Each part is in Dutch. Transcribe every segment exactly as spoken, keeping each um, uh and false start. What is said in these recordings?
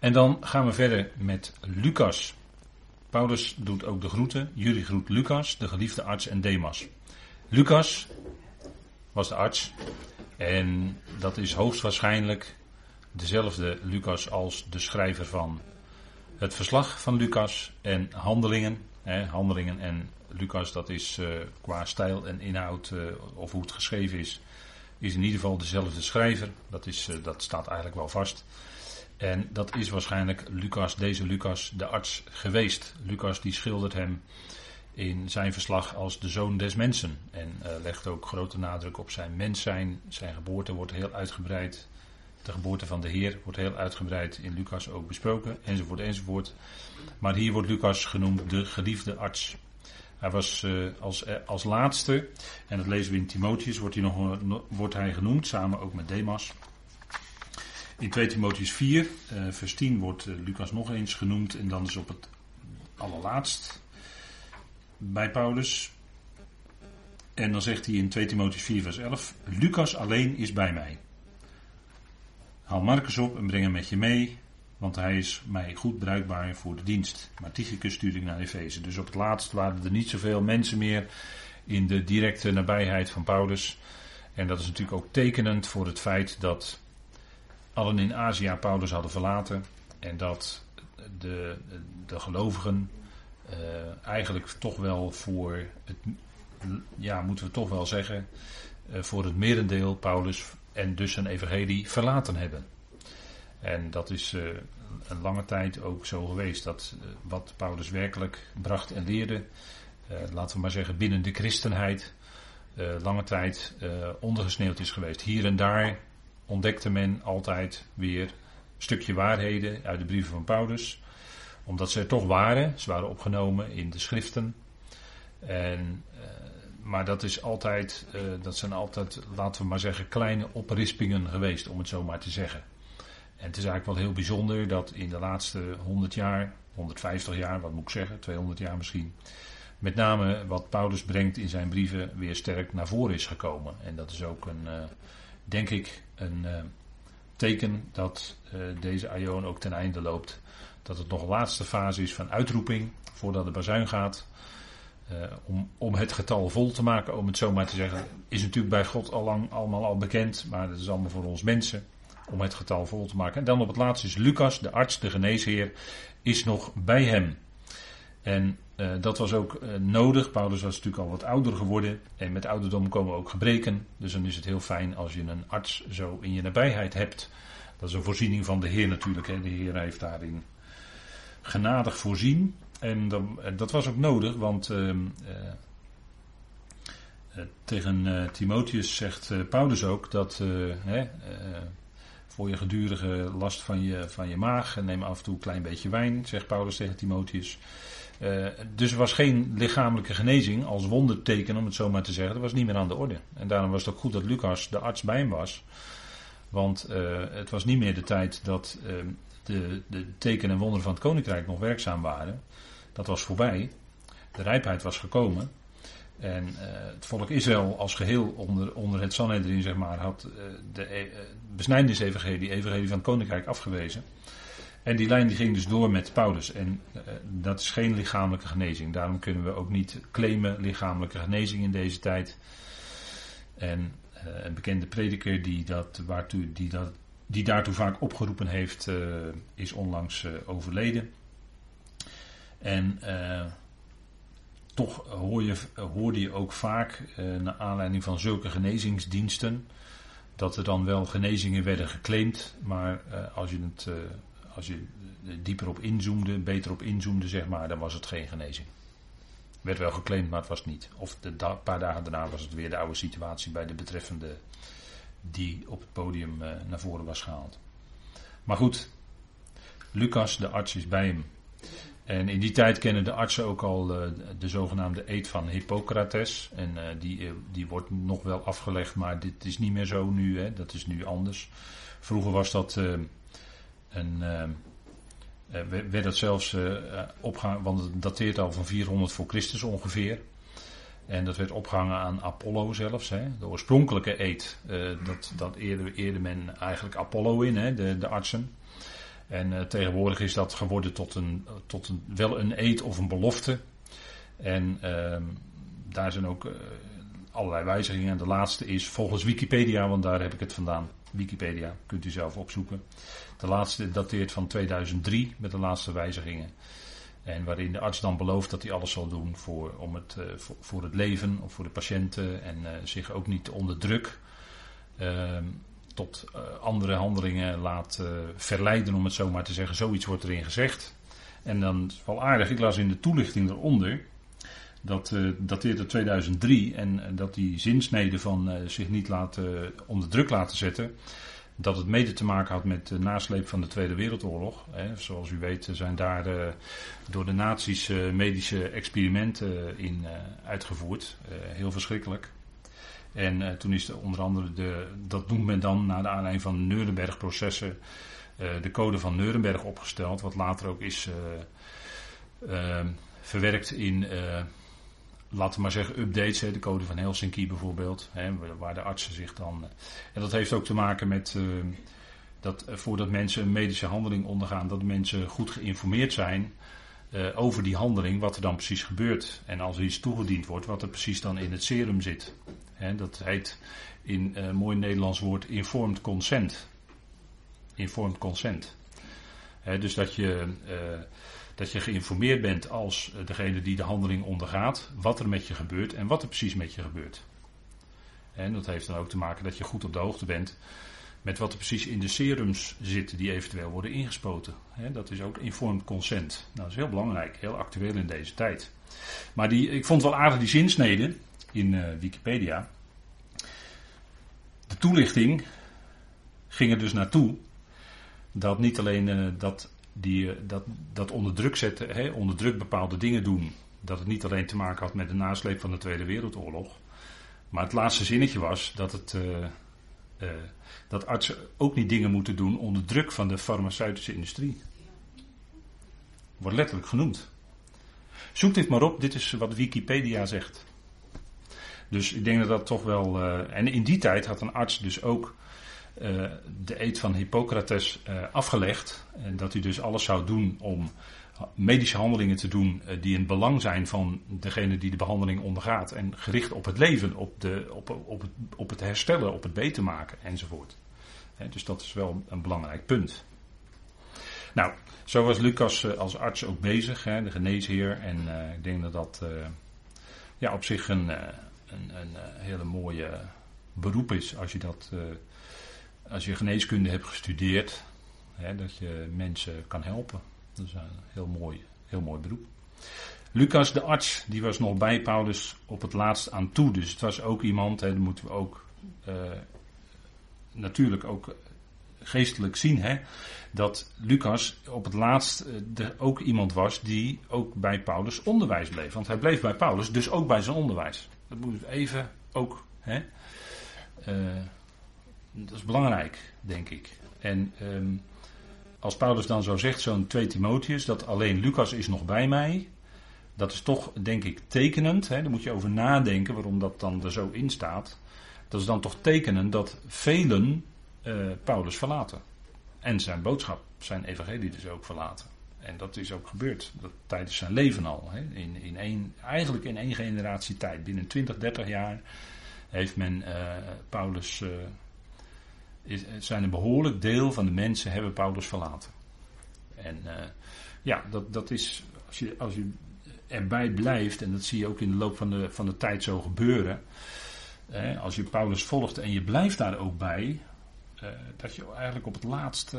En dan gaan we verder met Lucas. Paulus doet ook de groeten. Jullie groet Lucas, de geliefde arts, en Demas. Lucas was de arts. En dat is hoogstwaarschijnlijk dezelfde Lucas als de schrijver van het verslag van Lucas en Handelingen. Hè, Handelingen en Lucas, dat is uh, qua stijl en inhoud, uh, of hoe het geschreven is, is in ieder geval dezelfde schrijver. Dat, is, uh, dat staat eigenlijk wel vast. En dat is waarschijnlijk Lucas, deze Lucas, de arts geweest. Lucas die schildert hem in zijn verslag als de zoon des mensen. En uh, legt ook grote nadruk op zijn mens zijn. Zijn geboorte wordt heel uitgebreid. De geboorte van de Heer wordt heel uitgebreid in Lucas ook besproken. Enzovoort, enzovoort. Maar hier wordt Lucas genoemd de geliefde arts. Hij was uh, als, als laatste, en dat lezen we in Timotheus, wordt hij, nog, wordt hij genoemd, samen ook met Demas. In twee Timotheus vier, uh, vers tien, wordt uh, Lucas nog eens genoemd. En dan is op het allerlaatst bij Paulus. En dan zegt hij in twee Timotheus vier, vers elf, Lucas alleen is bij mij. Haal Marcus op en breng hem met je mee, want hij is mij goed bruikbaar voor de dienst. Maar Tychicus stuurde ik naar Efeze. Dus op het laatst waren er niet zoveel mensen meer in de directe nabijheid van Paulus. En dat is natuurlijk ook tekenend voor het feit dat allen in Azië Paulus hadden verlaten. En dat de, de gelovigen uh, eigenlijk toch wel voor het, ja, moeten we toch wel zeggen, uh, voor het merendeel Paulus en dus zijn evangelie verlaten hebben. En dat is uh, een lange tijd ook zo geweest. Dat uh, wat Paulus werkelijk bracht en leerde, uh, laten we maar zeggen binnen de christenheid, uh, lange tijd uh, ondergesneeuwd is geweest. Hier en daar ontdekte men altijd weer een stukje waarheden uit de brieven van Paulus. Omdat ze er toch waren. Ze waren opgenomen in de schriften. En, uh, maar dat is altijd, uh, dat zijn altijd, laten we maar zeggen, kleine oprispingen geweest, om het zo maar te zeggen. En het is eigenlijk wel heel bijzonder dat in de laatste honderd jaar, honderdvijftig jaar, wat moet ik zeggen, tweehonderd jaar misschien, met name wat Paulus brengt in zijn brieven weer sterk naar voren is gekomen. En dat is ook een, uh, denk ik, een uh, teken dat uh, deze aion ook ten einde loopt. Dat het nog een laatste fase is van uitroeping, voordat de bazuin gaat. Uh, om, om het getal vol te maken, om het zo maar te zeggen, is natuurlijk bij God al lang allemaal al bekend, maar dat is allemaal voor ons mensen. Om het getal vol te maken. En dan op het laatste is Lucas, de arts, de geneesheer, is nog bij hem. En uh, dat was ook uh, nodig. Paulus was natuurlijk al wat ouder geworden. En met ouderdom komen ook gebreken. Dus dan is het heel fijn als je een arts zo in je nabijheid hebt. Dat is een voorziening van de Heer natuurlijk. Hè. De Heer heeft daarin genadig voorzien. En dan, uh, dat was ook nodig, want uh, uh, uh, tegen uh, Timotheus zegt uh, Paulus ook dat Uh, hè, uh, voor je gedurige last van je, van je maag. Neem af en toe een klein beetje wijn, zegt Paulus tegen Timotheus. Uh, dus er was geen lichamelijke genezing als wonderteken, om het zo maar te zeggen. Dat was niet meer aan de orde. En daarom was het ook goed dat Lucas de arts bij hem was. Want uh, het was niet meer de tijd dat uh, de, de tekenen en wonderen van het koninkrijk nog werkzaam waren. Dat was voorbij. De rijpheid was gekomen. En uh, het volk Israël als geheel onder, onder het Sanhedrin, zeg maar, had uh, de uh, besnijdenis-evangelie, evangelie van het koninkrijk afgewezen. En die lijn die ging dus door met Paulus. En uh, dat is geen lichamelijke genezing. Daarom kunnen we ook niet claimen lichamelijke genezing in deze tijd. En uh, een bekende prediker die, dat, waartoe, die, dat, die daartoe vaak opgeroepen heeft, uh, is onlangs uh, overleden. En Uh, Toch hoor je, hoorde je ook vaak, eh, naar aanleiding van zulke genezingsdiensten, dat er dan wel genezingen werden geclaimd, maar eh, als je het, eh, als je dieper op inzoomde, beter op inzoomde, zeg maar, dan was het geen genezing. Werd wel geclaimd, maar het was niet. Of een da- paar dagen daarna was het weer de oude situatie bij de betreffende die op het podium eh, naar voren was gehaald. Maar goed, Lucas, de arts, is bij hem. En in die tijd kennen de artsen ook al uh, de zogenaamde eed van Hippocrates. En uh, die, uh, die wordt nog wel afgelegd, maar dit is niet meer zo nu. Hè. Dat is nu anders. Vroeger was dat uh, een, uh, uh, werd dat zelfs uh, opgehangen, want het dateert al van vierhonderd voor Christus ongeveer. En dat werd opgehangen aan Apollo zelfs. Hè. De oorspronkelijke eed, uh, dat, dat eerde, eerde men eigenlijk Apollo in, hè, de, de artsen. En uh, tegenwoordig is dat geworden tot, een, tot een, wel een eed of een belofte. En uh, daar zijn ook uh, allerlei wijzigingen. En de laatste is volgens Wikipedia, want daar heb ik het vandaan. Wikipedia, kunt u zelf opzoeken. De laatste dateert van tweeduizend drie met de laatste wijzigingen. En waarin de arts dan belooft dat hij alles zal doen voor, om het, uh, voor, voor het leven of voor de patiënten. En uh, zich ook niet onder druk uh, tot uh, andere handelingen laat uh, verleiden, om het zo maar te zeggen. Zoiets wordt erin gezegd. En dan is wel aardig, ik las in de toelichting eronder. Dat uh, dateert uit tweeduizend drie en uh, dat die zinsnede van uh, zich niet laten, onder druk laten zetten. Dat het mede te maken had met de nasleep van de Tweede Wereldoorlog. Hè. Zoals u weet zijn daar uh, door de nazi's uh, medische experimenten in uh, uitgevoerd. Uh, heel verschrikkelijk. En uh, toen is er onder andere, de, dat noemt men dan na de aanleiding van de Nuremberg-processen, uh, de code van Nuremberg opgesteld. Wat later ook is uh, uh, verwerkt in, uh, laten we maar zeggen, updates. Hè, de code van Helsinki bijvoorbeeld. Hè, waar de artsen zich dan... Uh, en dat heeft ook te maken met uh, dat uh, voordat mensen een medische handeling ondergaan, dat mensen goed geïnformeerd zijn uh, over die handeling, wat er dan precies gebeurt. En als er iets toegediend wordt, wat er precies dan in het serum zit. Hè, dat heet in uh, mooi Nederlands woord informed consent. Informed consent. Hè, dus dat je... Uh, Dat je geïnformeerd bent als degene die de handeling ondergaat, wat er met je gebeurt en wat er precies met je gebeurt. En dat heeft dan ook te maken dat je goed op de hoogte bent met wat er precies in de serums zit die eventueel worden ingespoten. Dat is ook informed consent. Nou, dat is heel belangrijk, heel actueel in deze tijd. Maar die, ik vond wel aardig die zinsnede in uh, Wikipedia. De toelichting ging er dus naartoe dat niet alleen uh, dat... Die dat, dat onder druk zetten, hè, onder druk bepaalde dingen doen. Dat het niet alleen te maken had met de nasleep van de Tweede Wereldoorlog. Maar het laatste zinnetje was dat, het, uh, uh, dat artsen ook niet dingen moeten doen onder druk van de farmaceutische industrie. Wordt letterlijk genoemd. Zoek dit maar op, dit is wat Wikipedia zegt. Dus ik denk dat dat toch wel... Uh, en in die tijd had een arts dus ook... Uh, de eed van Hippocrates uh, afgelegd. En dat hij dus alles zou doen om medische handelingen te doen uh, die in het belang zijn van degene die de behandeling ondergaat. En gericht op het leven, op, de, op, op, het, op het herstellen, op het beter maken enzovoort. He, dus dat is wel een belangrijk punt. Nou, zo was Lucas uh, als arts ook bezig, hè, de geneesheer. En uh, ik denk dat dat uh, ja, op zich een, uh, een, een uh, hele mooie beroep is als je dat... Uh, Als je geneeskunde hebt gestudeerd, hè, dat je mensen kan helpen. Dat is een heel mooi, heel mooi beroep. Lucas, de arts, die was nog bij Paulus op het laatst aan toe. Dus het was ook iemand, hè, dat moeten we ook uh, natuurlijk ook geestelijk zien, hè, dat Lucas op het laatst uh, de, ook iemand was die ook bij Paulus onderwijs bleef. Want hij bleef bij Paulus, dus ook bij zijn onderwijs. Dat moeten we even ook... Hè, uh, Dat is belangrijk, denk ik. En um, als Paulus dan zo zegt, zo'n twee Timotheus, dat alleen Lucas is nog bij mij, dat is toch, denk ik, tekenend. Hè? Daar moet je over nadenken waarom dat dan er zo in staat. Dat is dan toch tekenend dat velen uh, Paulus verlaten. En zijn boodschap, zijn evangelie dus ook verlaten. En dat is ook gebeurd, dat, tijdens zijn leven al. Hè? In, in één, eigenlijk in één generatie tijd, binnen twintig, dertig jaar, heeft men uh, Paulus... Uh, Is, zijn een behoorlijk deel van de mensen hebben Paulus verlaten. En uh, ja, dat, dat is, als je, als je erbij blijft, en dat zie je ook in de loop van de, van de tijd zo gebeuren. Eh, als je Paulus volgt en je blijft daar ook bij, uh, dat je eigenlijk op het laatst, uh,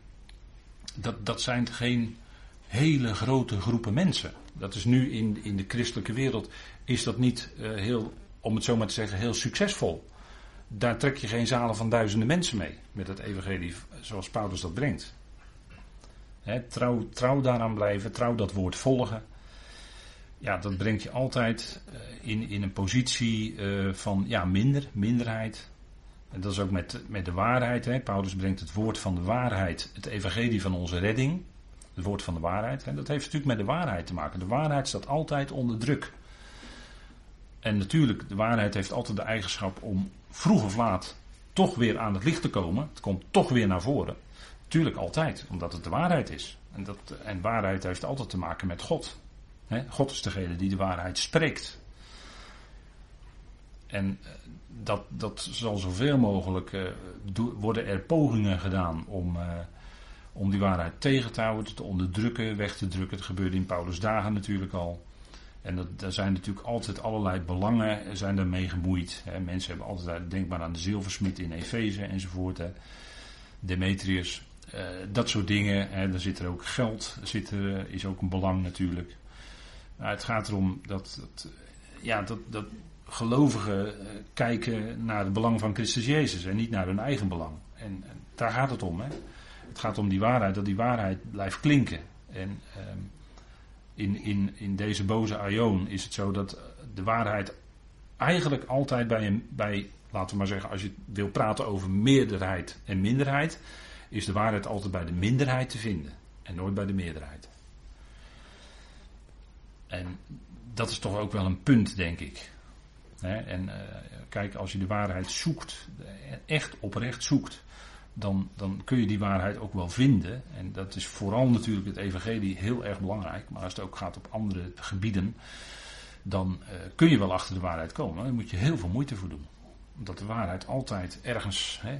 dat, dat zijn geen hele grote groepen mensen. Dat is nu in, in de christelijke wereld, is dat niet uh, heel, om het zo maar te zeggen, heel succesvol. Daar trek je geen zalen van duizenden mensen mee. Met het evangelie zoals Paulus dat brengt. He, trouw, trouw daaraan blijven. Trouw dat woord volgen. Ja, dat brengt je altijd uh, in, in een positie uh, van ja, minder, minderheid. En dat is ook met, met de waarheid. He. Paulus brengt het woord van de waarheid. Het evangelie van onze redding. Het woord van de waarheid. En dat heeft natuurlijk met de waarheid te maken. De waarheid staat altijd onder druk. En natuurlijk, de waarheid heeft altijd de eigenschap om vroeg of laat toch weer aan het licht te komen. Het komt toch weer naar voren. Tuurlijk altijd, omdat het de waarheid is. En, dat, en waarheid heeft altijd te maken met God. He, God is degene die de waarheid spreekt. En dat, dat zal zoveel mogelijk uh, do, worden er pogingen gedaan om, uh, om die waarheid tegen te houden, te onderdrukken, weg te drukken. Het gebeurde in Paulus' dagen natuurlijk al. En dat, daar zijn natuurlijk altijd allerlei belangen zijn daarmee gemoeid. Hè. Mensen hebben altijd, denk maar aan de zilversmid in Efeze enzovoort. Hè. Demetrius, uh, dat soort dingen. Hè. Daar zit er ook geld, zit er, is ook een belang natuurlijk. Maar het gaat erom dat, dat, ja, dat, dat gelovigen kijken naar het belang van Christus Jezus en niet naar hun eigen belang. En, en daar gaat het om. Hè. Het gaat om die waarheid, dat die waarheid blijft klinken. En um, in, in, in deze boze aion is het zo dat de waarheid eigenlijk altijd bij, een, bij, laten we maar zeggen, als je wil praten over meerderheid en minderheid, is de waarheid altijd bij de minderheid te vinden en nooit bij de meerderheid. En dat is toch ook wel een punt, denk ik. He, en uh, kijk, als je de waarheid zoekt, echt oprecht zoekt, dan, dan kun je die waarheid ook wel vinden. En dat is vooral natuurlijk het evangelie heel erg belangrijk. Maar als het ook gaat op andere gebieden, dan uh, kun je wel achter de waarheid komen. Daar moet je heel veel moeite voor doen. Omdat de waarheid altijd ergens... He.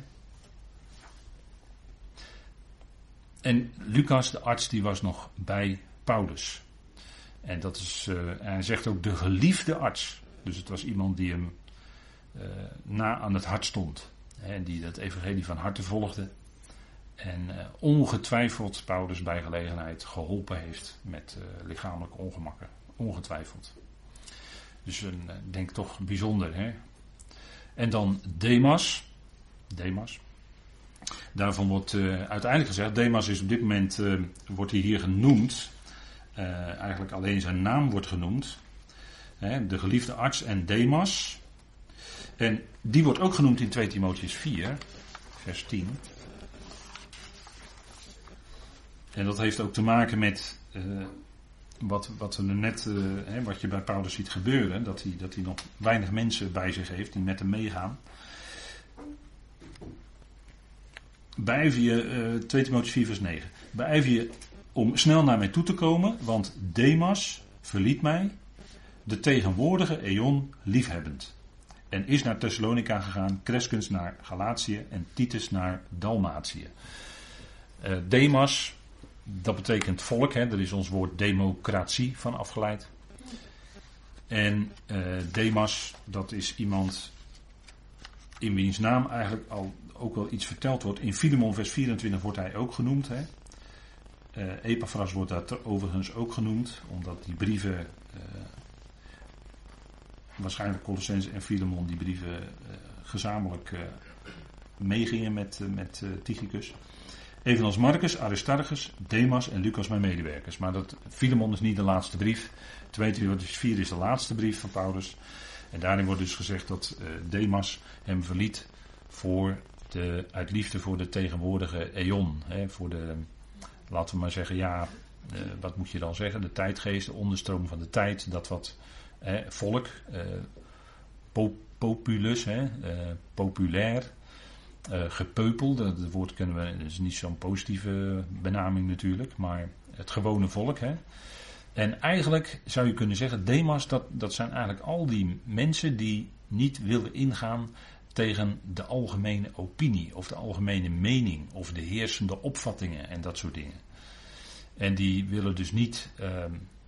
En Lucas, de arts, die was nog bij Paulus. En dat is, uh, hij zegt ook de geliefde arts. Dus het was iemand die hem uh, na aan het hart stond. Hè, die dat evangelie van harte volgde. En uh, ongetwijfeld Paulus bij gelegenheid geholpen heeft met uh, lichamelijke ongemakken. Ongetwijfeld. Dus ik uh, denk toch bijzonder. Hè? En dan Demas. Demas. Daarvan wordt uh, uiteindelijk gezegd, Demas is op dit moment, uh, wordt hij hier genoemd. Uh, eigenlijk alleen zijn naam wordt genoemd. Hè, de geliefde arts en Demas. En die wordt ook genoemd in twee Timotheüs vier, vers tien. En dat heeft ook te maken met uh, wat, wat, er net, uh, hè, wat je bij Paulus ziet gebeuren. Dat hij, dat hij nog weinig mensen bij zich heeft die met hem meegaan. Beijver je, uh, twee Timotheüs vier vers negen. Beijver je om snel naar mij toe te komen, want Demas verliet mij, de tegenwoordige eon liefhebbend. En is naar Thessalonica gegaan, Crescens naar Galatië en Titus naar Dalmatië. Uh, Demas, dat betekent volk, hè, daar is ons woord democratie van afgeleid. En uh, Demas, dat is iemand in wiens naam eigenlijk al ook wel iets verteld wordt. In Filemon vers vierentwintig wordt hij ook genoemd. Hè. Uh, Epaphras wordt daar overigens ook genoemd, omdat die brieven, uh, waarschijnlijk Colossense en Filemon, die brieven uh, gezamenlijk uh, meegingen met, uh, met uh, Tychicus. Evenals Marcus, Aristarchus, Demas en Lucas mijn medewerkers. Maar dat Filemon is niet de laatste brief. twee Timotheüs vier is de laatste brief van Paulus. En daarin wordt dus gezegd dat uh, Demas hem verliet voor de, uit liefde voor de tegenwoordige eon. Hè, voor de, laten we maar zeggen, ja, uh, wat moet je dan zeggen? De tijdgeest, de onderstroom van de tijd. Dat wat eh, volk, uh, pop, populus, hè, uh, populair, uh, gepeupel. Dat, dat woord kennen we, dat is niet zo'n positieve benaming natuurlijk. Maar het gewone volk, hè. En eigenlijk zou je kunnen zeggen, Demas, dat, dat zijn eigenlijk al die mensen die niet willen ingaan tegen de algemene opinie of de algemene mening of de heersende opvattingen en dat soort dingen. En die willen dus niet, uh,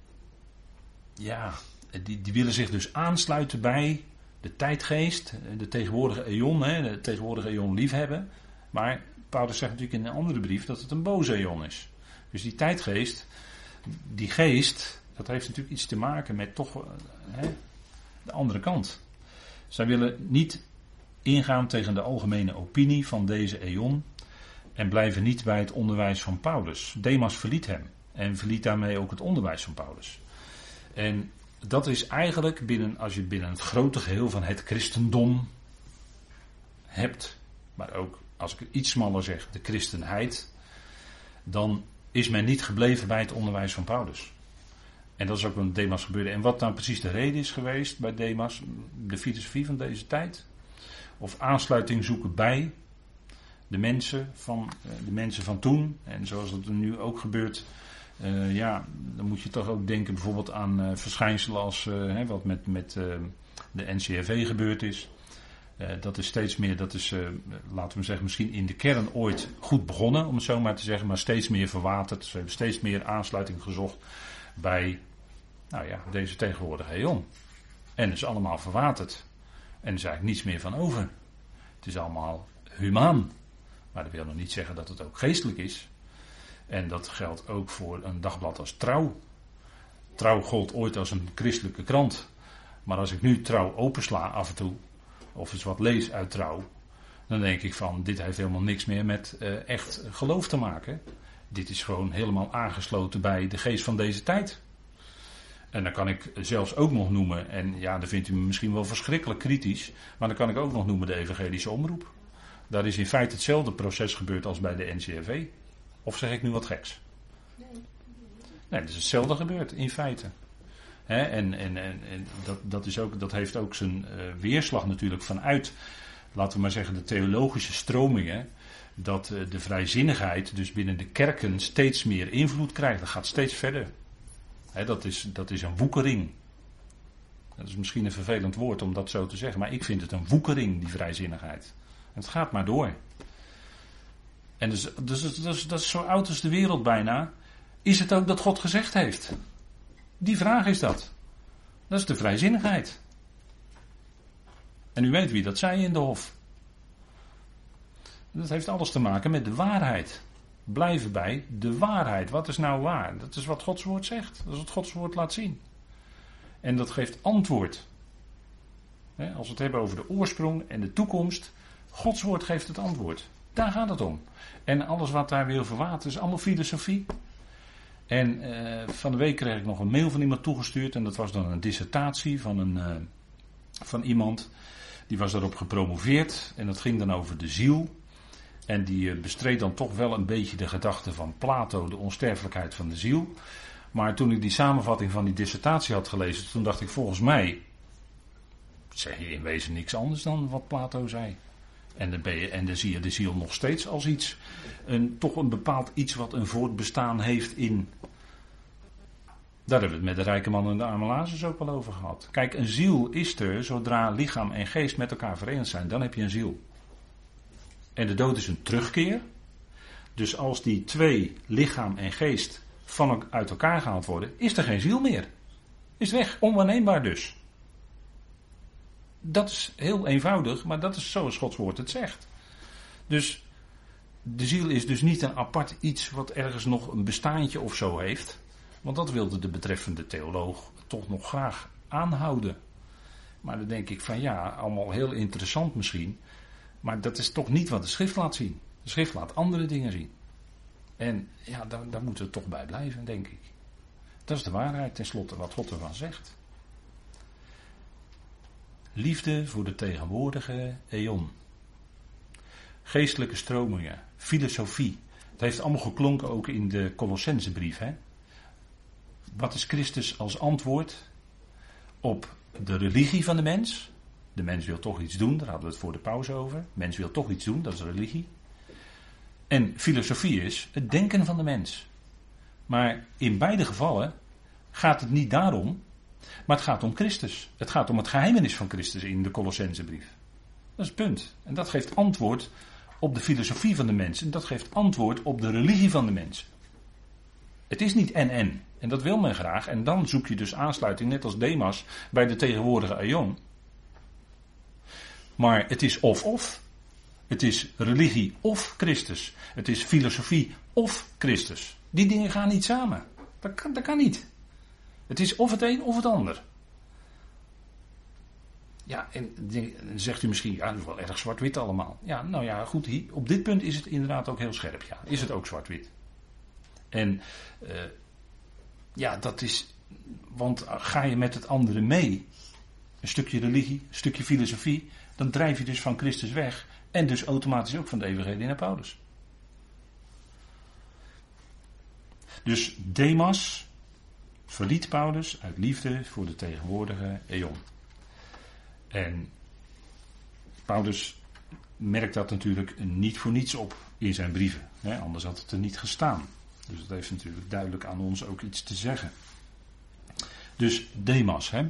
ja, die, die willen zich dus aansluiten bij de tijdgeest, de tegenwoordige eon, hè, de tegenwoordige eon liefhebben. Maar Paulus zegt natuurlijk in een andere brief dat het een boze eon is. Dus die tijdgeest, die geest, dat heeft natuurlijk iets te maken met toch hè, de andere kant. Zij willen niet ingaan tegen de algemene opinie van deze eon en blijven niet bij het onderwijs van Paulus. Demas verliet hem en verliet daarmee ook het onderwijs van Paulus. En dat is eigenlijk binnen, als je binnen het grote geheel van het christendom hebt, maar ook als ik het iets smaller zeg, de christenheid, dan is men niet gebleven bij het onderwijs van Paulus. En dat is ook wat met Demas gebeurde. En wat dan precies de reden is geweest bij Demas, de filosofie van deze tijd, of aansluiting zoeken bij, de mensen van, uh, de mensen van toen. En zoals dat er nu ook gebeurt. Uh, ja, dan moet je toch ook denken bijvoorbeeld aan uh, verschijnselen als uh, hè, wat met, met uh, de N C R V gebeurd is. Uh, dat is steeds meer, dat is, uh, laten we zeggen, misschien in de kern ooit goed begonnen, om het zo maar te zeggen, maar steeds meer verwaterd. Ze hebben steeds meer aansluiting gezocht bij, nou ja, deze tegenwoordige eon. En het is allemaal verwaterd. En er is eigenlijk niets meer van over. Het is allemaal humaan. Maar dat wil nog niet zeggen dat het ook geestelijk is. En dat geldt ook voor een dagblad als Trouw. Trouw gold ooit als een christelijke krant. Maar als ik nu Trouw opensla af en toe, of eens wat lees uit Trouw, dan denk ik van, dit heeft helemaal niks meer met uh, echt geloof te maken. Dit is gewoon helemaal aangesloten bij de geest van deze tijd. En dan kan ik zelfs ook nog noemen, en ja, dan vindt u me misschien wel verschrikkelijk kritisch, maar dan kan ik ook nog noemen de evangelische omroep. Daar is in feite hetzelfde proces gebeurd als bij de N C R V. Of zeg ik nu wat geks? Nee. Nee, het is hetzelfde gebeurd, in feite. He, en en, en, en dat, dat, is ook, dat heeft ook zijn uh, weerslag natuurlijk vanuit, laten we maar zeggen, de theologische stromingen. Dat uh, de vrijzinnigheid dus binnen de kerken steeds meer invloed krijgt. Dat gaat steeds verder. He, dat, is, dat is een woekering. Dat is misschien een vervelend woord om dat zo te zeggen. Maar ik vind het een woekering, die vrijzinnigheid. En het gaat maar door. En dus, dus, dus, dat is zo oud als de wereld bijna. Is het ook dat God gezegd heeft? Die vraag is dat. Dat is de vrijzinnigheid. En u weet wie dat zei in de hof. Dat heeft alles te maken met de waarheid. Blijven bij de waarheid. Wat is nou waar? Dat is wat Gods woord zegt. Dat is wat Gods woord laat zien. En dat geeft antwoord. He, als we het hebben over de oorsprong en de toekomst. Gods woord geeft het antwoord. Daar gaat het om. En alles wat daar weer verwaterd is, allemaal filosofie. En uh, van de week kreeg ik nog een mail van iemand toegestuurd. En dat was dan een dissertatie van, een, uh, van iemand. Die was daarop gepromoveerd. En dat ging dan over de ziel. En die uh, bestreed dan toch wel een beetje de gedachte van Plato, de onsterfelijkheid van de ziel. Maar toen ik die samenvatting van die dissertatie had gelezen, toen dacht ik, volgens mij zeg je in wezen niks anders dan wat Plato zei. En dan, ben je, en dan zie je de ziel nog steeds als iets, een, toch een bepaald iets wat een voortbestaan heeft in. Daar hebben we het met de rijke man en de arme Lazarus ook wel over gehad. Kijk, een ziel is er zodra lichaam en geest met elkaar verenigd zijn. Dan heb je een ziel. En de dood is een terugkeer. Dus als die twee, lichaam en geest, van uit elkaar gehaald worden, is er geen ziel meer. Is weg, onwaarneembaar dus. Dat is heel eenvoudig, maar dat is zoals Gods woord het zegt. Dus de ziel is dus niet een apart iets wat ergens nog een bestaantje of zo heeft. Want dat wilde de betreffende theoloog toch nog graag aanhouden. Maar dan denk ik van ja, allemaal heel interessant misschien. Maar dat is toch niet wat de schrift laat zien. De schrift laat andere dingen zien. En ja, daar, daar moeten we toch bij blijven, denk ik. Dat is de waarheid tenslotte wat God ervan zegt. Liefde voor de tegenwoordige eon. Geestelijke stromingen, filosofie. Het heeft allemaal geklonken ook in de Colossensebrief. Hè? Wat is Christus als antwoord op de religie van de mens? De mens wil toch iets doen, daar hadden we het voor de pauze over. De mens wil toch iets doen, dat is religie. En filosofie is het denken van de mens. Maar in beide gevallen gaat het niet daarom, maar het gaat om Christus. Het gaat om het geheimenis van Christus in de Colossensebrief. Dat is het punt. En dat geeft antwoord op de filosofie van de mens. En dat geeft antwoord op de religie van de mens. Het is niet en-en. En dat wil men graag. En dan zoek je dus aansluiting, net als Demas, bij de tegenwoordige aion. Maar het is of-of. Het is religie of Christus. Het is filosofie of Christus. Die dingen gaan niet samen. Dat kan, dat kan niet. Het is of het een of het ander. Ja, en dan zegt u misschien, ja, dat is wel erg zwart-wit allemaal. Ja, nou ja, goed, hier, op dit punt is het inderdaad ook heel scherp. Ja, is het ook zwart-wit. En uh, ja, dat is, want ga je met het andere mee, een stukje religie, een stukje filosofie, dan drijf je dus van Christus weg en dus automatisch ook van de evangelie naar Paulus. Dus Demas verliet Paulus uit liefde voor de tegenwoordige eon. En Paulus merkt dat natuurlijk niet voor niets op in zijn brieven. Hè? Anders had het er niet gestaan. Dus dat heeft natuurlijk duidelijk aan ons ook iets te zeggen. Dus Demas, hè.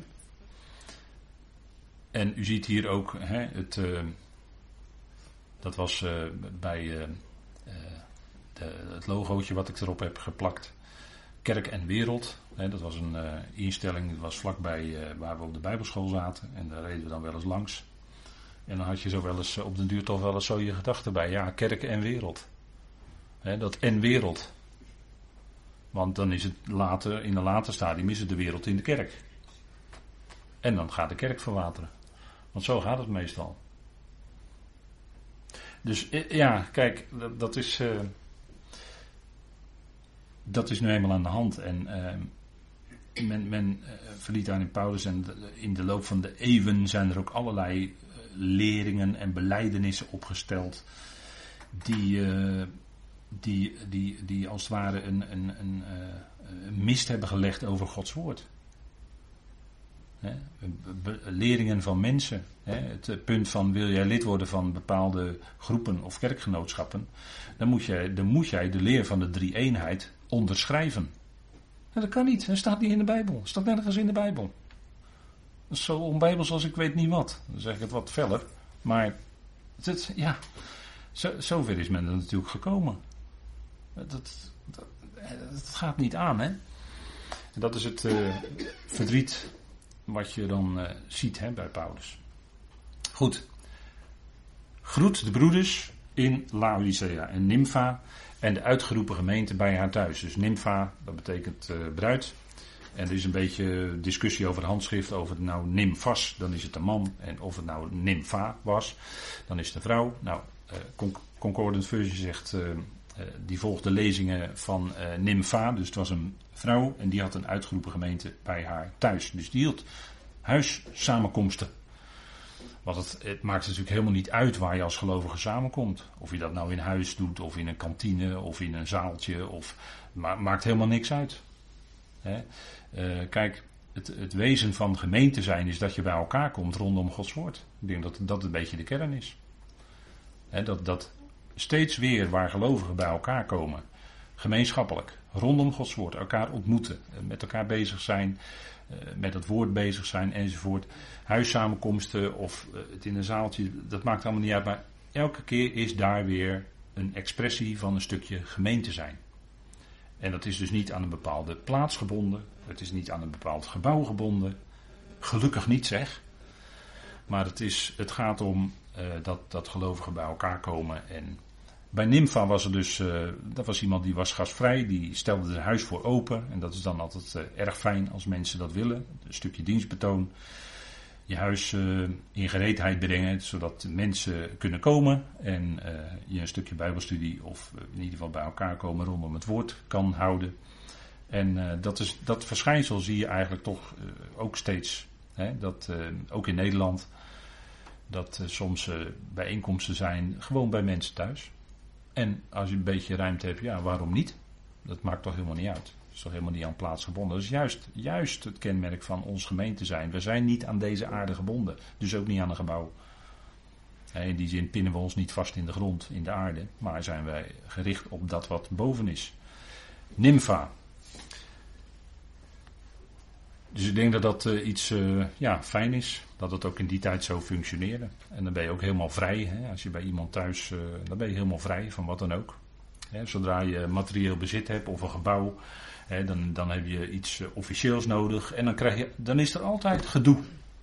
En u ziet hier ook, hè, het, uh, dat was uh, bij uh, uh, de, het logootje wat ik erop heb geplakt. Kerk en wereld. Hè, dat was een uh, instelling, dat was vlakbij uh, waar we op de Bijbelschool zaten. En daar reden we dan wel eens langs. En dan had je zo wel eens uh, op den duur toch wel eens zo je gedachten bij. Ja, kerk en wereld. Hè, dat en wereld. Want dan is het later, in een later stadium is het de wereld in de kerk. En dan gaat de kerk verwateren. Want zo gaat het meestal. Dus ja, kijk, dat, dat is... Uh, dat is nu eenmaal aan de hand. En uh, men, men uh, verliet aan in Paulus. En de, in de loop van de eeuwen zijn er ook allerlei uh, leringen en belijdenissen opgesteld. Die... Uh, Die, die, die als het ware een, een, een, een mist hebben gelegd over Gods woord. He, leringen van mensen. He, het punt van wil jij lid worden van bepaalde groepen of kerkgenootschappen. Dan moet jij, dan moet jij de leer van de drie-eenheid onderschrijven. En dat kan niet. Dat staat niet in de Bijbel. Dat staat nergens in de Bijbel. Dat is zo onbijbels als ik weet niet wat. Dan zeg ik het wat feller. Maar het, ja, zo, zover is men er natuurlijk gekomen. Dat, dat, dat gaat niet aan, hè. En dat is het uh, verdriet wat je dan uh, ziet, hè, bij Paulus. Goed. Groet de broeders in Laodicea en Nympha en de uitgeroepen gemeente bij haar thuis. Dus Nympha, dat betekent uh, bruid. En er is een beetje discussie over de handschrift, of het nou Nymphas, dan is het een man. En of het nou Nympha was, dan is het een vrouw. Nou, uh, Concordant Version zegt... Uh, Uh, die volgde lezingen van uh, Nympha, dus het was een vrouw en die had een uitgeroepen gemeente bij haar thuis. Dus die hield huissamenkomsten. Want het, het maakt natuurlijk helemaal niet uit waar je als gelovige samenkomt. Of je dat nou in huis doet, of in een kantine, of in een zaaltje, of ma- maakt helemaal niks uit. Hè? Uh, kijk, het, het wezen van gemeente zijn is dat je bij elkaar komt rondom Gods woord. Ik denk dat dat een beetje de kern is. Hè, dat... dat steeds weer waar gelovigen bij elkaar komen, gemeenschappelijk, rondom Gods woord, elkaar ontmoeten, met elkaar bezig zijn, met het woord bezig zijn enzovoort. Huissamenkomsten of het in een zaaltje, dat maakt allemaal niet uit, maar elke keer is daar weer een expressie van een stukje gemeente zijn. En dat is dus niet aan een bepaalde plaats gebonden, het is niet aan een bepaald gebouw gebonden, gelukkig niet zeg, maar het, is, het gaat om uh, dat, dat gelovigen bij elkaar komen. En bij Nympha was er dus, uh, dat was iemand die was gastvrij, die stelde zijn huis voor open. En dat is dan altijd uh, erg fijn als mensen dat willen. Een stukje dienstbetoon. Je huis uh, in gereedheid brengen, zodat mensen kunnen komen. En uh, je een stukje bijbelstudie of uh, in ieder geval bij elkaar komen rondom het woord kan houden. En uh, dat, is, dat verschijnsel zie je eigenlijk toch uh, ook steeds. Hè? Dat uh, ook in Nederland. Dat uh, soms uh, bijeenkomsten zijn gewoon bij mensen thuis. En als je een beetje ruimte hebt, ja, waarom niet? Dat maakt toch helemaal niet uit. Dat is toch helemaal niet aan plaats gebonden. Dat is juist, juist het kenmerk van ons gemeente zijn. We zijn niet aan deze aarde gebonden. Dus ook niet aan een gebouw. In die zin pinnen we ons niet vast in de grond, in de aarde. Maar zijn wij gericht op dat wat boven is. Nympha. Dus ik denk dat dat uh, iets uh, ja, fijn is. Dat het ook in die tijd zo functioneerde. En dan ben je ook helemaal vrij. Hè? Als je bij iemand thuis, uh, dan ben je helemaal vrij van wat dan ook. Hè? Zodra je materieel bezit hebt of een gebouw, hè, dan, dan heb je iets uh, officieels nodig. En dan, krijg je, dan is er altijd gedoe.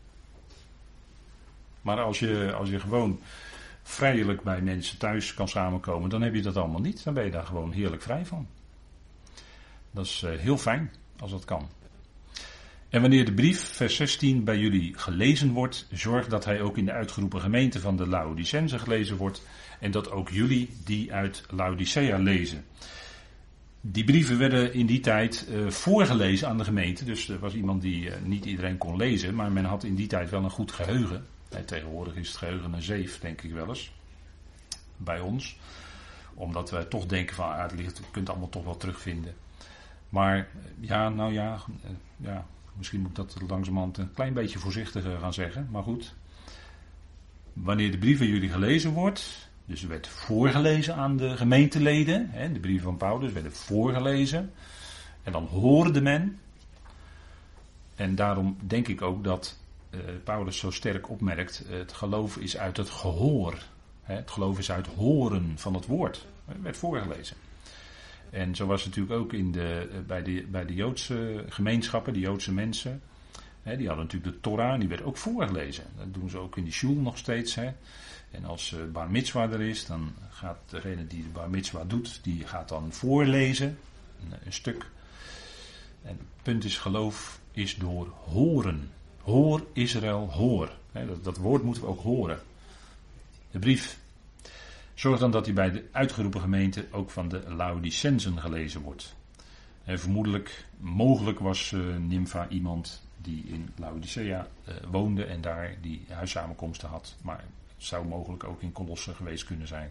Maar als je, als je gewoon vrijelijk bij mensen thuis kan samenkomen, dan heb je dat allemaal niet. Dan ben je daar gewoon heerlijk vrij van. Dat is uh, heel fijn als dat kan. En wanneer de brief, vers zestien, bij jullie gelezen wordt, zorg dat hij ook in de uitgeroepen gemeente van de Laodicense gelezen wordt en dat ook jullie die uit Laodicea lezen. Die brieven werden in die tijd uh, voorgelezen aan de gemeente, dus er was iemand die uh, niet iedereen kon lezen, maar men had in die tijd wel een goed geheugen. En tegenwoordig is het geheugen een zeef, denk ik wel eens, bij ons. Omdat wij toch denken van, ah, het ligt, je kunt het allemaal toch wel terugvinden. Maar ja, nou ja, uh, ja... Misschien moet ik dat langzamerhand een klein beetje voorzichtiger gaan zeggen. Maar goed. wanneer de brief aan jullie gelezen wordt, dus er werd voorgelezen aan de gemeenteleden, hè, de brieven van Paulus werden voorgelezen, en dan hoorde men, en daarom denk ik ook dat uh, Paulus zo sterk opmerkt, uh, het geloof is uit het gehoor, hè, het geloof is uit horen van het woord, het werd voorgelezen. En zo was het natuurlijk ook in de, uh, bij, de, bij de Joodse gemeenschappen, de Joodse mensen. He, die hadden natuurlijk de Torah en die werd ook voorgelezen. Dat doen ze ook in de shul nog steeds. He. En als uh, bar mitzwa er is, dan gaat degene die de bar mitzwa doet, die gaat dan voorlezen. Een, een stuk. En het punt is, geloof is door horen. Hoor Israël, hoor. He, dat, dat woord moeten we ook horen. De brief. Zorg dan dat hij bij de uitgeroepen gemeente ook van de Laodicensen gelezen wordt. En vermoedelijk, mogelijk was uh, Nympha iemand die in Laodicea uh, woonde en daar die huissamenkomsten had. Maar het zou mogelijk ook in Colosse geweest kunnen zijn.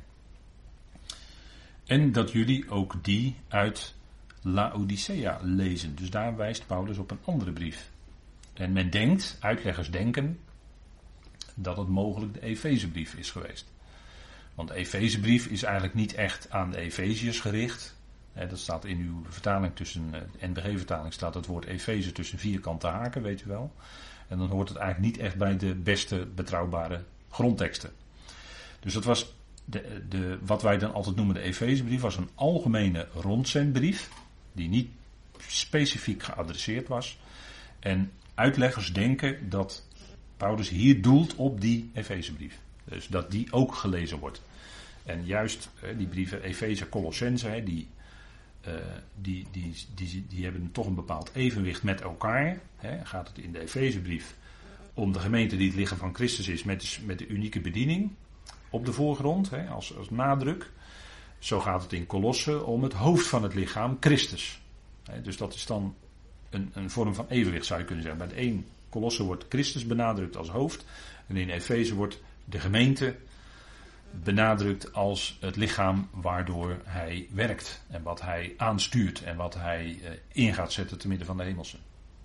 En dat jullie ook die uit Laodicea lezen. Dus daar wijst Paulus op een andere brief. En men denkt, uitleggers denken, dat het mogelijk de Efezebrief is geweest. Want de Efezebrief is eigenlijk niet echt aan de Efeziërs gericht. He, dat staat in uw vertaling tussen, de N B G-vertaling staat het woord Efeze tussen vierkante haken, weet u wel. En dan hoort het eigenlijk niet echt bij de beste betrouwbare grondteksten. Dus dat was, de, de, wat wij dan altijd noemen de Efezebrief, was een algemene rondzendbrief, die niet specifiek geadresseerd was. En uitleggers denken dat Paulus hier doelt op die Efezebrief. Dus dat die ook gelezen wordt. En juist die brieven Efeze, Colossense, die... Uh, die, die, die, die hebben toch een bepaald evenwicht met elkaar. He, gaat het in de Efezebrief om de gemeente die het lichaam van Christus is met de, met de unieke bediening op de voorgrond, he, als, als nadruk. Zo gaat het in Colosse om het hoofd van het lichaam, Christus. He, dus dat is dan een, een vorm van evenwicht, zou je kunnen zeggen. Bij de een Colosse wordt Christus benadrukt als hoofd en in Efeze wordt de gemeente benadrukt als het lichaam waardoor hij werkt en wat hij aanstuurt en wat hij uh, in gaat zetten te midden van de hemelsen.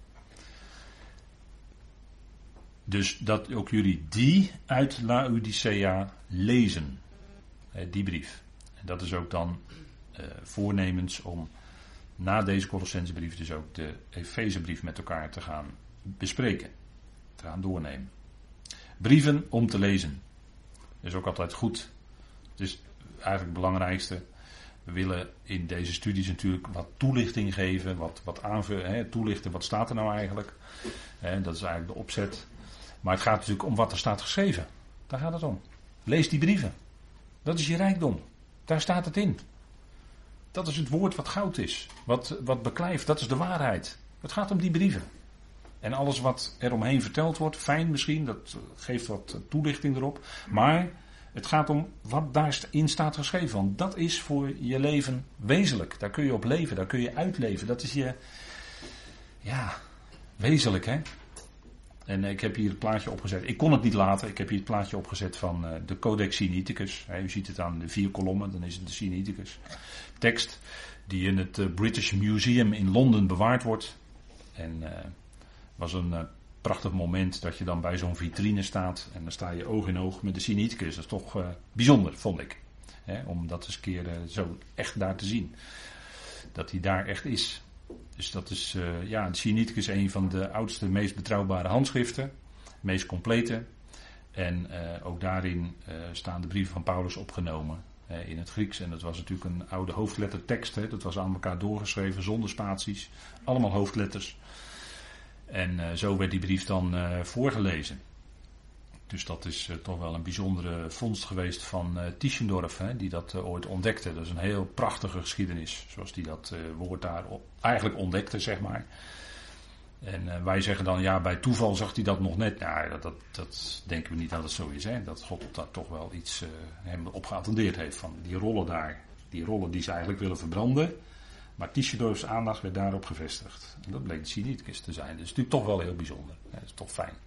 Dus dat ook jullie die uit Laodicea lezen, hè, die brief. En dat is ook dan uh, voornemens om na deze Colossensebrief dus ook de Efezebrief met elkaar te gaan bespreken, te gaan doornemen. Brieven om te lezen. Dat is ook altijd goed. Het is eigenlijk het belangrijkste. We willen in deze studies natuurlijk wat toelichting geven. Wat, wat aanvullen, hè, toelichten, wat staat er nou eigenlijk. Hè, dat is eigenlijk de opzet. Maar het gaat natuurlijk om wat er staat geschreven. Daar gaat het om. Lees die brieven. Dat is je rijkdom. Daar staat het in. Dat is het woord wat goud is. Wat, wat beklijft. Dat is de waarheid. Het gaat om die brieven. En alles wat er omheen verteld wordt, fijn misschien, dat geeft wat toelichting erop. Maar het gaat om wat daarin staat geschreven. Want dat is voor je leven wezenlijk. Daar kun je op leven, daar kun je uitleven. Dat is je, ja, wezenlijk, hè. En ik heb hier het plaatje opgezet. Ik kon het niet laten. Ik heb hier het plaatje opgezet van uh, de Codex Sinaiticus. He, u ziet het aan de vier kolommen, dan is het de Sinaiticus tekst. Die in het uh, British Museum in Londen bewaard wordt. En uh, was een uh, prachtig moment dat je dan bij zo'n vitrine staat. En dan sta je oog in oog met de Sinaiticus. Dat is toch uh, bijzonder, vond ik. He, om dat eens een keer uh, zo echt daar te zien. Dat hij daar echt is. Dus dat is, uh, ja, de Sinaiticus is een van de oudste, meest betrouwbare handschriften. Meest complete. En uh, ook daarin uh, staan de brieven van Paulus opgenomen. Uh, in het Grieks. En dat was natuurlijk een oude hoofdlettertekst. Hè. Dat was aan elkaar doorgeschreven zonder spaties. Allemaal hoofdletters. En uh, zo werd die brief dan uh, voorgelezen. Dus dat is uh, toch wel een bijzondere vondst geweest van uh, Tischendorf, hè, die dat uh, ooit ontdekte. Dat is een heel prachtige geschiedenis, zoals die dat uh, woord daar eigenlijk ontdekte, zeg maar. En uh, wij zeggen dan, ja, bij toeval zag hij dat nog net. Ja, dat, dat, dat denken we niet dat het zo is, hè. Dat God daar toch wel iets uh, hem op geattendeerd heeft van die rollen daar. Die rollen die ze eigenlijk willen verbranden. Maar Tischendorfs aandacht werd daarop gevestigd. En dat bleek de Sinaiticus te zijn. Dat is natuurlijk toch wel heel bijzonder. Dat is toch fijn.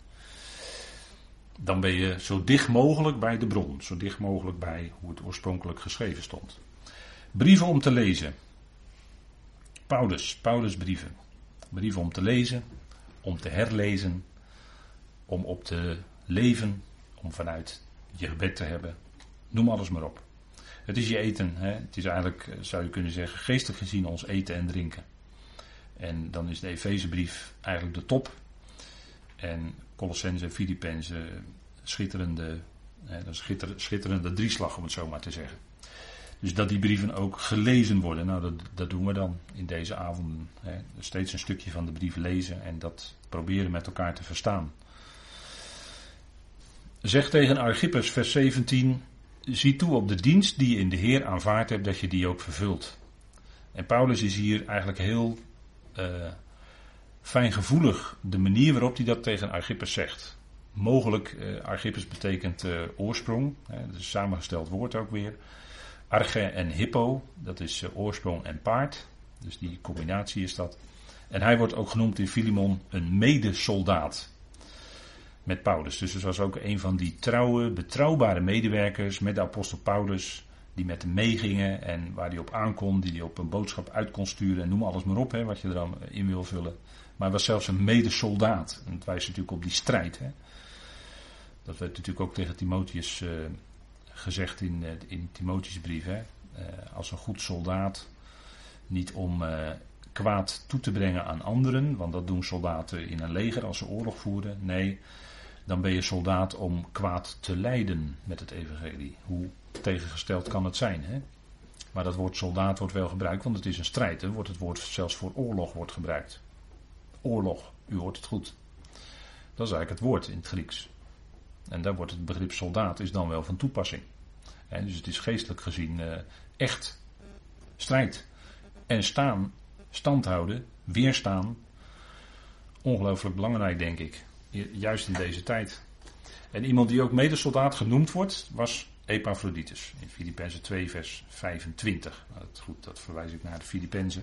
Dan ben je zo dicht mogelijk bij de bron. Zo dicht mogelijk bij hoe het oorspronkelijk geschreven stond. Brieven om te lezen. Paulus, Paulus brieven. Brieven om te lezen, om te herlezen, om op te leven, om vanuit je gebed te hebben. Noem alles maar op. Het is je eten. Hè? Het is eigenlijk, zou je kunnen zeggen, geestelijk gezien ons eten en drinken. En dan is de Efezebrief eigenlijk de top. En Colossense en Filippense schitterende, hè, dat schitter, schitterende drieslag, om het zo maar te zeggen. Dus dat die brieven ook gelezen worden. Nou, dat, dat doen we dan in deze avonden. Hè. Steeds een stukje van de brief lezen en dat proberen met elkaar te verstaan. Zeg tegen Archippus, vers zeventien... Zie toe op de dienst die je in de Heer aanvaard hebt, dat je die ook vervult. En Paulus is hier eigenlijk heel uh, fijngevoelig de manier waarop hij dat tegen Archippus zegt. Mogelijk, uh, Archippus betekent uh, oorsprong, hè, dat is een samengesteld woord ook weer. Arche en hippo, dat is uh, oorsprong en paard, dus die combinatie is dat. En hij wordt ook genoemd in Filemon een medesoldaat. Met Paulus. Dus het was ook een van die trouwe, betrouwbare medewerkers met de apostel Paulus. Die met hem meegingen en waar hij op aankon. Die hij op een boodschap uit kon sturen. En noem alles maar op, hè, wat je er dan in wil vullen. Maar hij was zelfs een medesoldaat. En het wijst natuurlijk op die strijd. Hè. Dat werd natuurlijk ook tegen Timotheus uh, gezegd in, uh, in Timotheus' brief. Hè. Uh, als een goed soldaat. Niet om uh, kwaad toe te brengen aan anderen. Want dat doen soldaten in een leger als ze oorlog voeren. Nee. Dan ben je soldaat om kwaad te lijden met het evangelie. Hoe tegengesteld kan het zijn, hè? Maar dat woord soldaat wordt wel gebruikt, want het is een strijd. Hè? Wordt het woord zelfs voor oorlog wordt gebruikt. Oorlog, u hoort het goed. Dat is eigenlijk het woord in het Grieks. En daar wordt het begrip soldaat is dan wel van toepassing. Hè? Dus het is geestelijk gezien uh, echt strijd. En staan, stand houden, weerstaan. Ongelooflijk belangrijk, denk ik. Juist in deze tijd. En iemand die ook medesoldaat genoemd wordt, was Epaphroditus. In Filippenzen twee vers vijfentwintig. Nou, dat, goed, dat verwijs ik naar de Filippenzen.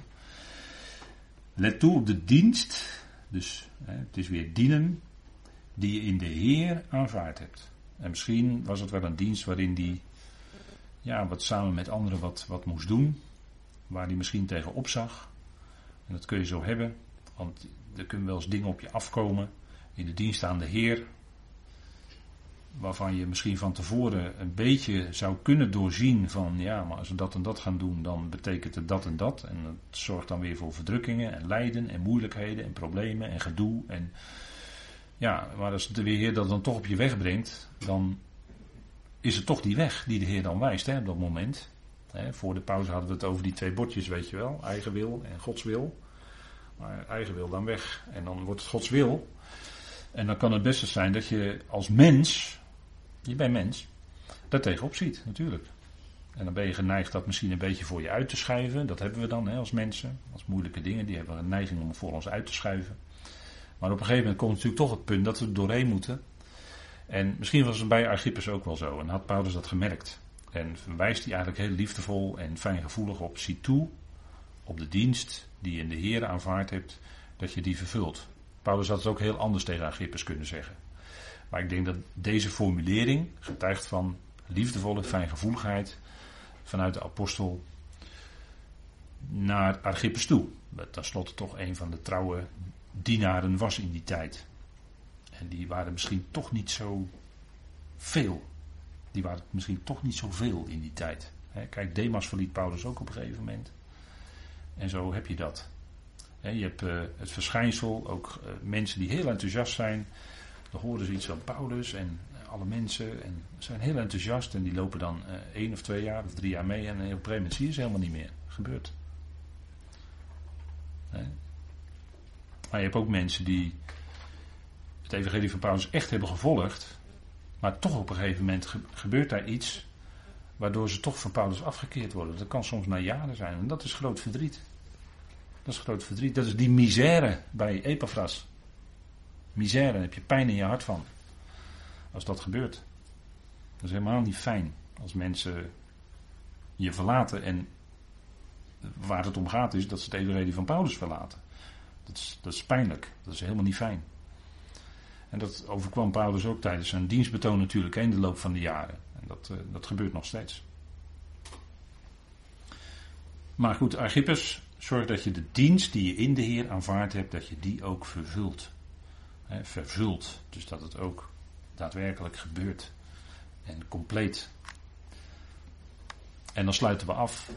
Let toe op de dienst. Dus hè, het is weer dienen. Die je in de Heer aanvaard hebt. En misschien was het wel een dienst waarin die ja, wat samen met anderen wat, wat moest doen. Waar die misschien tegen opzag. En dat kun je zo hebben. Want er kunnen wel eens dingen op je afkomen. In de dienst aan de Heer, waarvan je misschien van tevoren een beetje zou kunnen doorzien van ja, maar als we dat en dat gaan doen, dan betekent het dat en dat. En dat zorgt dan weer voor verdrukkingen en lijden en moeilijkheden en problemen en gedoe. En ja, maar als de Heer dat dan toch op je weg brengt, dan is het toch die weg die de Heer dan wijst, hè, op dat moment. Hè, voor de pauze hadden we het over die twee bordjes, weet je wel, eigen wil en Gods wil. Maar eigen wil dan weg en dan wordt het Gods wil. En dan kan het best zijn dat je als mens, je bent mens, daar tegenop ziet natuurlijk. En dan ben je geneigd dat misschien een beetje voor je uit te schuiven. Dat hebben we dan hè, als mensen, als moeilijke dingen, die hebben een neiging om voor ons uit te schuiven. Maar op een gegeven moment komt natuurlijk toch het punt dat we er doorheen moeten. En misschien was het bij Archippus ook wel zo en had Paulus dat gemerkt. En wijst hij eigenlijk heel liefdevol en fijngevoelig op, zie toe, op de dienst die je in de Heer aanvaard hebt, dat je die vervult. Paulus had het ook heel anders tegen Archippus kunnen zeggen. Maar ik denk dat deze formulering getuigt van liefdevolle fijngevoeligheid vanuit de apostel naar Archippus toe. Dat tenslotte toch een van de trouwe dienaren was in die tijd. En die waren misschien toch niet zo veel. Die waren misschien toch niet zoveel in die tijd. Kijk, Demas verliet Paulus ook op een gegeven moment. En zo heb je dat. Je hebt uh, het verschijnsel, ook uh, mensen die heel enthousiast zijn. Dan horen ze iets van Paulus en uh, alle mensen en zijn heel enthousiast. En die lopen dan uh, één of twee jaar of drie jaar mee. En op een gegeven moment zie je ze helemaal niet meer. Gebeurt. Nee. Maar je hebt ook mensen die het evangelie van Paulus echt hebben gevolgd. Maar toch op een gegeven moment ge- gebeurt daar iets waardoor ze toch van Paulus afgekeerd worden. Dat kan soms na jaren zijn. En dat is groot verdriet. Dat is groot verdriet. Dat is die misère bij Epaphras. Misère, daar heb je pijn in je hart van. Als dat gebeurt. Dat is helemaal niet fijn. Als mensen je verlaten en waar het om gaat is dat ze het evangelie van Paulus verlaten. Dat is, dat is pijnlijk. Dat is helemaal niet fijn. En dat overkwam Paulus ook tijdens zijn dienstbetoon natuurlijk in de loop van de jaren. En dat, uh, dat gebeurt nog steeds. Maar goed, Archippus, zorg dat je de dienst die je in de Heer aanvaard hebt, dat je die ook vervult. He, vervult. Dus dat het ook daadwerkelijk gebeurt. en compleet. En dan sluiten we af.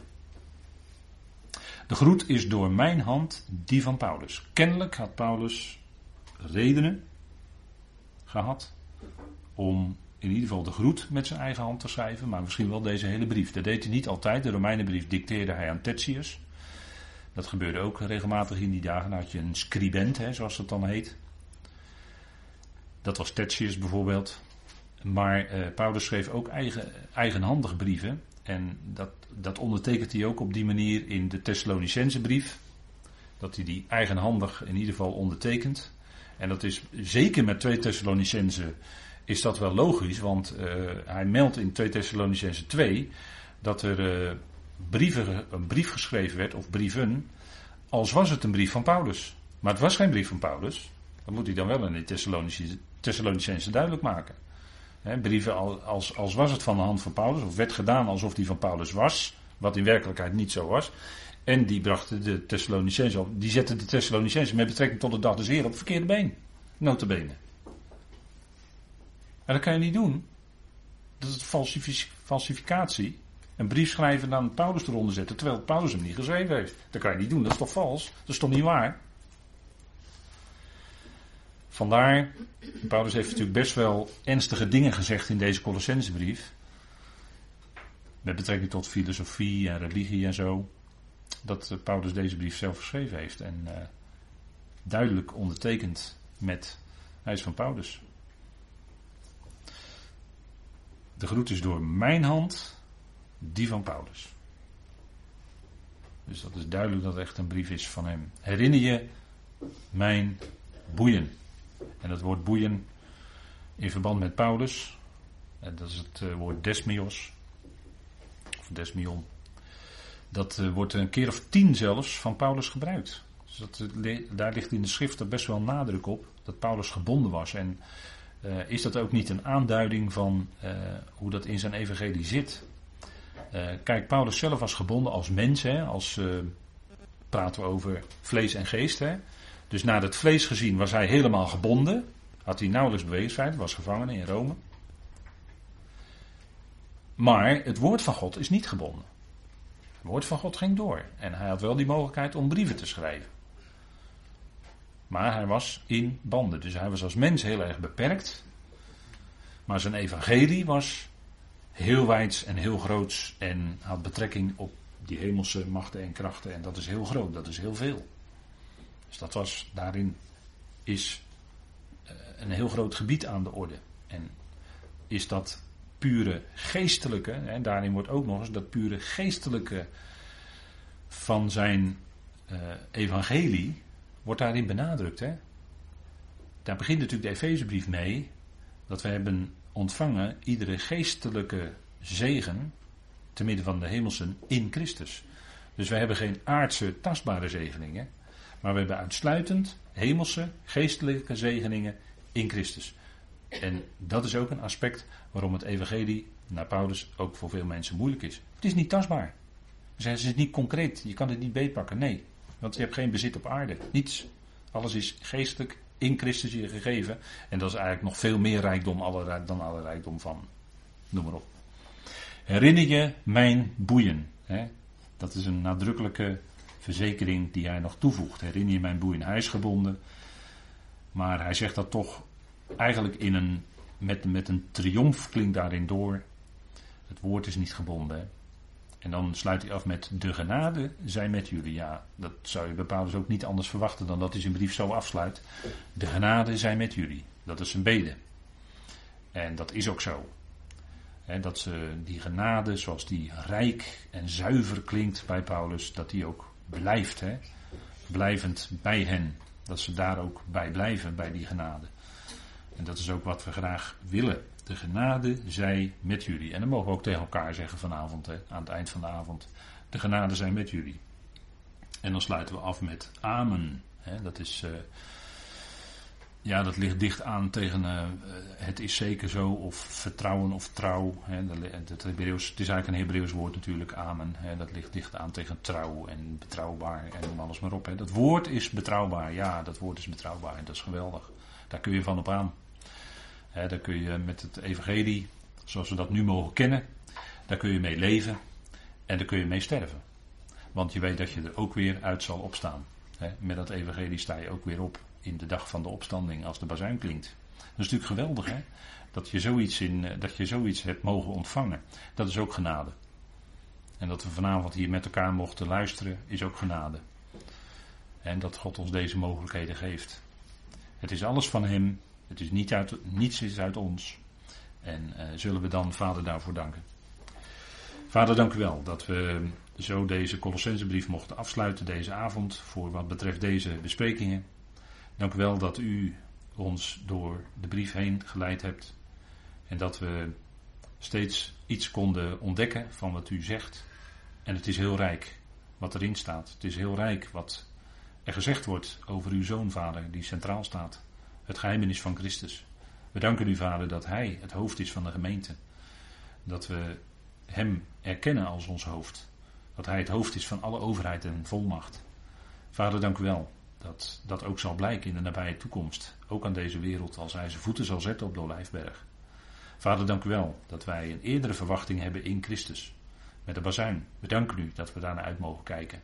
De groet is door mijn hand die van Paulus. Kennelijk had Paulus redenen gehad om in ieder geval de groet met zijn eigen hand te schrijven, maar misschien wel deze hele brief. Dat deed hij niet altijd. De Romeinenbrief dicteerde hij aan Tertius. Dat gebeurde ook regelmatig in die dagen. Dan had je een scribent, hè, zoals dat dan heet. Dat was Tertius bijvoorbeeld. Maar eh, Paulus schreef ook eigen, eigenhandig brieven. En dat, dat ondertekent hij ook op die manier in de Thessalonicense brief. Dat hij die eigenhandig in ieder geval ondertekent. En dat is zeker met twee Thessalonicense is dat wel logisch. Want uh, hij meldt in twee Thessalonicense twee dat er uh, brieven, een brief geschreven werd, of brieven, als was het een brief van Paulus. Maar het was geen brief van Paulus. Dat moet hij dan wel in de Thessalonicense, Thessalonicense duidelijk maken. He, brieven als, als was het van de hand van Paulus, of werd gedaan alsof die van Paulus was, wat in werkelijkheid niet zo was. En die brachten de Thessalonicense op, die zetten de Thessalonicense met betrekking tot de dag des Heren op het verkeerde been. Nota bene. En dat kan je niet doen. Dat is falsific- falsificatie. Een brief schrijven en dan Paulus eronder zetten, terwijl Paulus hem niet geschreven heeft. Dat kan je niet doen, dat is toch vals? Dat is toch niet waar? Vandaar, Paulus heeft natuurlijk best wel ernstige dingen gezegd in deze Colossensebrief. Met betrekking tot filosofie en religie en zo. Dat Paulus deze brief zelf geschreven heeft. En uh, duidelijk ondertekend met, hij is van Paulus. De groet is door mijn hand, die van Paulus. Dus dat is duidelijk dat het echt een brief is van hem. Herinner je mijn boeien. En dat woord boeien in verband met Paulus, en dat is het uh, woord desmios, of desmion. Dat uh, wordt een keer of tien zelfs van Paulus gebruikt. Dus dat, uh, daar ligt in de schrift best wel nadruk op, dat Paulus gebonden was. En uh, is dat ook niet een aanduiding van uh, hoe dat in zijn evangelie zit? Uh, kijk, Paulus zelf was gebonden als mens, hè, als uh, praten we over vlees en geest, hè. Dus naar het vlees gezien was hij helemaal gebonden. Had hij nauwelijks bewegingsvrijheid, was gevangen in Rome. Maar het woord van God is niet gebonden. Het woord van God ging door. En hij had wel die mogelijkheid om brieven te schrijven. Maar hij was in banden. Dus hij was als mens heel erg beperkt. Maar zijn evangelie was heel wijds en heel groots. En had betrekking op die hemelse machten en krachten. En dat is heel groot, dat is heel veel. Dus dat was, daarin is uh, een heel groot gebied aan de orde. En is dat pure geestelijke, en daarin wordt ook nog eens dat pure geestelijke van zijn uh, evangelie, wordt daarin benadrukt. Hè? Daar begint natuurlijk de Efezebrief mee, dat we hebben ontvangen iedere geestelijke zegen, te midden van de hemelsen, in Christus. Dus we hebben geen aardse, tastbare zegeningen. Maar we hebben uitsluitend hemelse, geestelijke zegeningen in Christus. En dat is ook een aspect waarom het evangelie naar Paulus ook voor veel mensen moeilijk is. Het is niet tastbaar. Dus het is niet concreet. Je kan het niet beetpakken. Nee. Want je hebt geen bezit op aarde. Niets. Alles is geestelijk in Christus je gegeven. En dat is eigenlijk nog veel meer rijkdom dan alle rijkdom van. Noem maar op. Herinner je mijn boeien. Hè? Dat is een nadrukkelijke verzekering die hij nog toevoegt. Herinner je mijn boeien. Hij is gebonden. Maar hij zegt dat toch eigenlijk in een, met, met een triomf klinkt daarin door. Het woord is niet gebonden. Hè? En dan sluit hij af met de genade zij met jullie. Ja, dat zou je bij Paulus ook niet anders verwachten dan dat hij zijn brief zo afsluit. De genade zij met jullie. Dat is zijn bede. En dat is ook zo. He, dat ze die genade, zoals die rijk en zuiver klinkt bij Paulus, dat die ook blijft. He? Blijvend bij hen. Dat ze daar ook bij blijven, bij die genade. En dat is ook wat we graag willen. De genade zij met jullie. En dat mogen we ook tegen elkaar zeggen vanavond, he, aan het eind van de avond. De genade zij met jullie. En dan sluiten we af met amen. He, dat is... Uh, Ja, dat ligt dicht aan tegen uh, het is zeker zo, of vertrouwen of trouw. Hè, het, Hebreeuws, het is eigenlijk een Hebreeuws woord natuurlijk, amen. Hè, dat ligt dicht aan tegen trouw en betrouwbaar en noem alles maar op. Hè. Dat woord is betrouwbaar, ja, dat woord is betrouwbaar en dat is geweldig. Daar kun je van op aan. Hè, daar kun je met het evangelie, zoals we dat nu mogen kennen, daar kun je mee leven en daar kun je mee sterven. Want je weet dat je er ook weer uit zal opstaan. He, met dat evangelie sta je ook weer op in de dag van de opstanding als de bazuin klinkt. Dat is natuurlijk geweldig, hè? Dat je zoiets, in, dat je zoiets hebt mogen ontvangen. Dat is ook genade. En dat we vanavond hier met elkaar mochten luisteren is ook genade. En dat God ons deze mogelijkheden geeft. Het is alles van hem. Het is niet uit, niets is uit ons. En uh, zullen we dan Vader daarvoor danken. Vader, dank u wel dat we zo deze Colossensebrief mochten afsluiten deze avond voor wat betreft deze besprekingen. Dank u wel dat u ons door de brief heen geleid hebt. En dat we steeds iets konden ontdekken van wat u zegt. En het is heel rijk wat erin staat. Het is heel rijk wat er gezegd wordt over uw Zoon, Vader, die centraal staat. Het geheimenis van Christus. We danken u, Vader, dat hij het hoofd is van de gemeente. Dat we hem erkennen als ons hoofd. Dat hij het hoofd is van alle overheid en volmacht. Vader, dank u wel dat dat ook zal blijken in de nabije toekomst. Ook aan deze wereld als hij zijn voeten zal zetten op de Olijfberg. Vader, dank u wel dat wij een eerdere verwachting hebben in Christus. Met de bazuin. We danken u dat we daarnaar uit mogen kijken.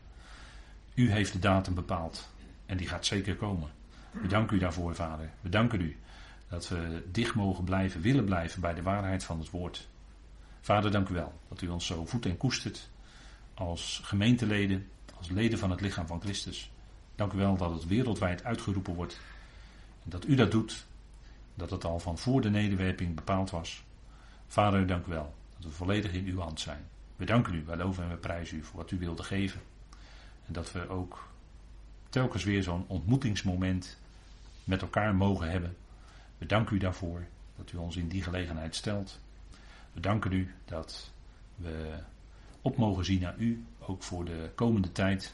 U heeft de datum bepaald. En die gaat zeker komen. We danken u daarvoor, Vader. We danken u dat we dicht mogen blijven, willen blijven bij de waarheid van het woord. Vader, dank u wel dat u ons zo voedt en koestert als gemeenteleden, als leden van het lichaam van Christus. Dank u wel dat het wereldwijd uitgeroepen wordt. En dat u dat doet, dat het al van voor de nederwerping bepaald was. Vader, dank u wel dat we volledig in uw hand zijn. We danken u, wij loven en we prijzen u voor wat u wilde geven. En dat we ook telkens weer zo'n ontmoetingsmoment met elkaar mogen hebben. We danken u daarvoor dat u ons in die gelegenheid stelt. We danken u dat we op mogen zien naar u, ook voor de komende tijd,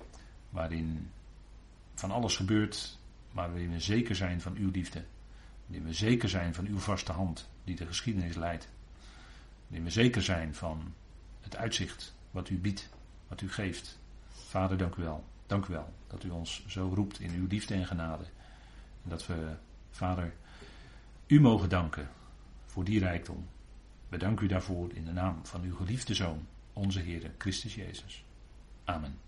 waarin van alles gebeurt, maar waarin we zeker zijn van uw liefde. Waarin we zeker zijn van uw vaste hand die de geschiedenis leidt. Waarin we zeker zijn van het uitzicht wat u biedt, wat u geeft. Vader, dank u wel. Dank u wel dat u ons zo roept in uw liefde en genade. En dat we, Vader, u mogen danken voor die rijkdom. We danken u daarvoor in de naam van uw geliefde Zoon, onze Heer Christus Jezus. Amen.